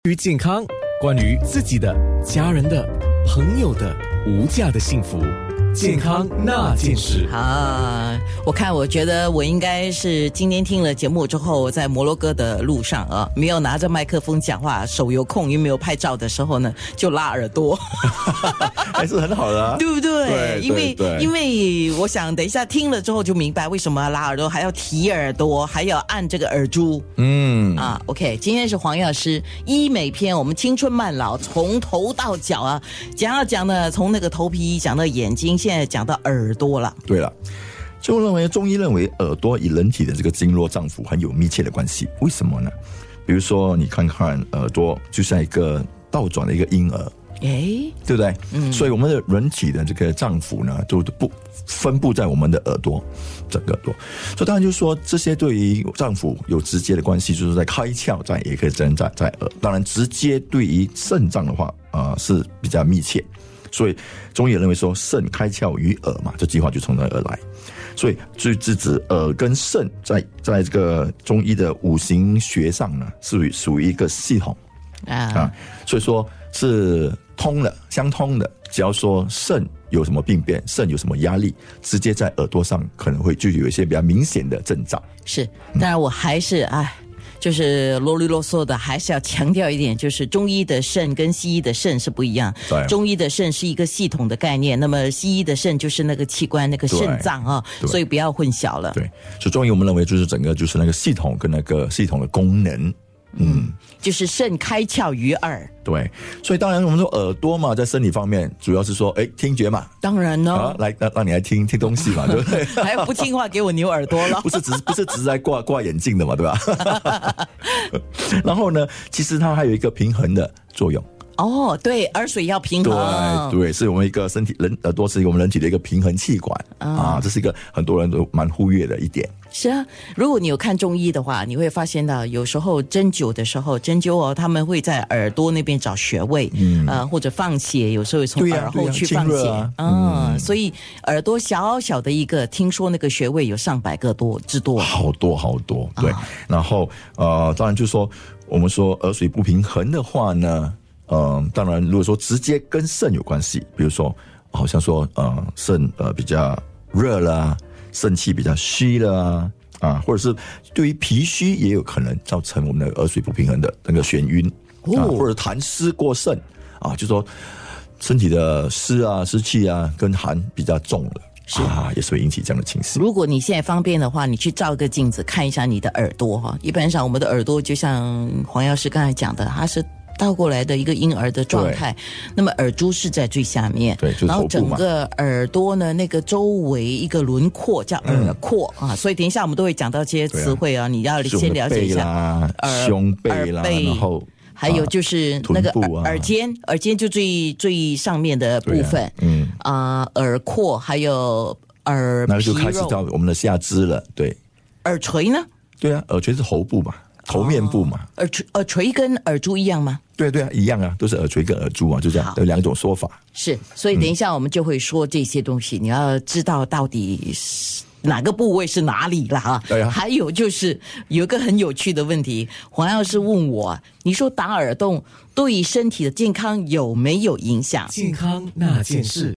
关于健康，关于自己的、家人的、朋友的无价的幸福，健康那件事。 我觉得我应该是今天听了节目之后，在摩洛哥的路上没有拿着麦克风讲话，手有空又没有拍照的时候呢，就拉耳朵， 还是很好的啊， 对不对？ 对， 因为我想等一下听了之后就明白为什么要拉耳朵，还要提耳朵，还要按这个耳珠。OK， 今天是黄药师医美篇，我们青春慢老从头到脚讲呢，从那个头皮讲到眼睛，现在讲到耳朵了。 对了。中医认为耳朵与人体的这个经络脏腑很有密切的关系，为什么呢？比如说你看看耳朵就像一个倒转的一个婴儿，对不对？所以我们的人体的这个脏腑呢，都分布在我们的耳朵，整个耳朵。所以当然就是说，这些对于脏腑有直接的关系，就是在开窍也可以在耳。当然，直接对于肾脏的话，是比较密切。所以中医也认为说，肾开窍于耳嘛，这句话就从那而来。所以就指耳跟肾在这个中医的五行学上呢，是属于一个系统所以说是相通的。只要说肾有什么病变，肾有什么压力，直接在耳朵上可能会就有一些比较明显的症状。 是，当然我还是就是啰里啰嗦的，还是要强调一点，就是中医的肾跟西医的肾是不一样。中医的肾是一个系统的概念，那么西医的肾就是那个器官，那个肾脏所以不要混淆了。对， 所以中医我们认为就是整个就是那个系统跟那个系统的功能。 就是肾开窍于耳。 对，所以当然我们说耳朵嘛，在生理方面主要是说听觉嘛。 当然呢， 来让你来听东西嘛，对不对？ 还有不听话给我扭耳朵了。 不是只在挂眼镜的嘛，对吧？然后呢，其实它还有一个平衡的作用。 对，耳水要平衡。 对，是我们一个耳朵是我们人体的一个平衡器官这是一个很多人都蛮忽略的一点。 是啊，如果你有看中医的话，你会发现到有时候针灸的时候，他们会在耳朵那边找穴位，或者放血，有时候从耳后去放血所以耳朵小小的一个，听说那个穴位有上百个之多， 好多。对，然后当然就是说，我们说耳水不平衡的话呢，当然如果说直接跟肾有关系，比如说好像说肾比较热了肾气比较虚了或者是对于脾虚也有可能造成我们的耳水不平衡的那个眩晕或者痰湿过盛就说身体的湿气跟寒比较重了也是会引起这样的情形。 如果你现在方便的话，你去照个镜子看一下你的耳朵一般上我们的耳朵就像黄药师刚才讲的，它是倒过来的一个婴儿的状态，那么耳珠是在最下面， 对，就是然后整个耳朵呢，那个周围一个轮廓叫耳廓所以等一下我们都会讲到这些词汇你要先了解一下胸背啦，然后还有就是那个耳尖就最上面的部分耳廓，还有耳皮肉， 那就开始到我们的下肢了。对， 耳垂呢？ 对啊，耳垂是头部嘛，头面部嘛。 耳垂跟耳珠一样吗？ 对啊，一样都是耳垂跟耳珠就这样，有两种说法。 是，所以等一下我们就会说这些东西，你要知道到底哪个部位是哪里了还有就是有一个很有趣的问题，黄药师问我，你说打耳洞对身体的健康有没有影响？ 健康那件事。